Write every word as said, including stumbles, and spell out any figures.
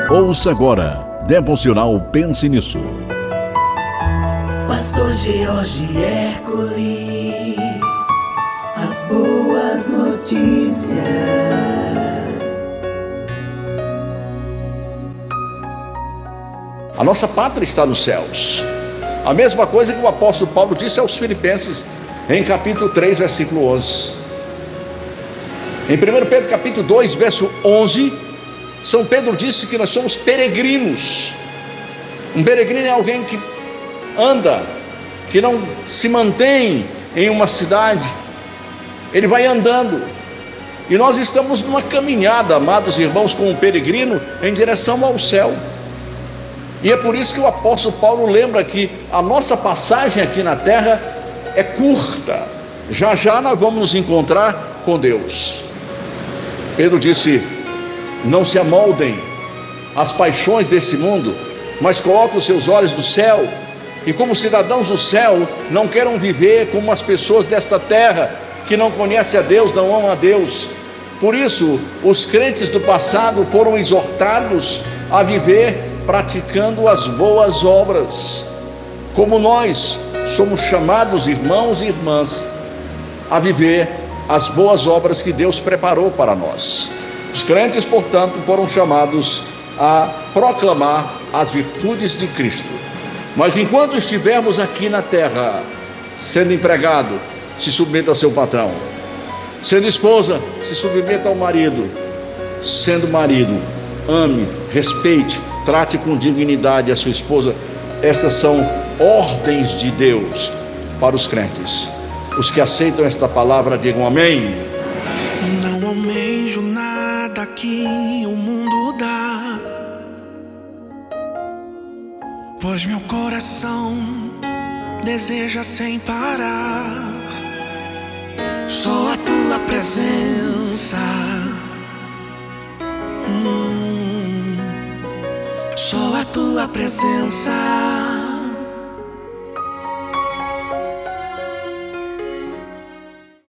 Ouça agora, Devocional Pense Nisso. Pastor George Hércules, as boas notícias. A nossa pátria está nos céus. A mesma coisa que o apóstolo Paulo disse aos Filipenses em capítulo três, versículo onze. Em primeiro Pedro capítulo dois, verso onze, São Pedro disse que nós somos peregrinos. Um peregrino é alguém que anda, que não se mantém em uma cidade, ele vai andando. E nós estamos numa caminhada, amados irmãos, com um peregrino em direção ao céu. E é por isso que o apóstolo Paulo lembra que a nossa passagem aqui na terra é curta. Já já nós vamos nos encontrar com Deus. Pedro disse: não se amoldem às paixões desse mundo, mas coloquem os seus olhos no céu. E como cidadãos do céu, não queiram viver como as pessoas desta terra, que não conhecem a Deus, não amam a Deus. Por isso, os crentes do passado foram exortados a viver praticando as boas obras, como nós somos chamados, irmãos e irmãs, a viver as boas obras que Deus preparou para nós. Os crentes, portanto, foram chamados a proclamar as virtudes de Cristo. Mas enquanto estivermos aqui na terra, sendo empregado, se submeta ao seu patrão. Sendo esposa, se submeta ao marido. Sendo marido, ame, respeite, trate com dignidade a sua esposa. Estas são ordens de Deus para os crentes. Os que aceitam esta palavra, digam amém. Não almejo nada que o mundo dá, pois meu coração deseja sem parar só a tua presença. Hum, só a tua presença.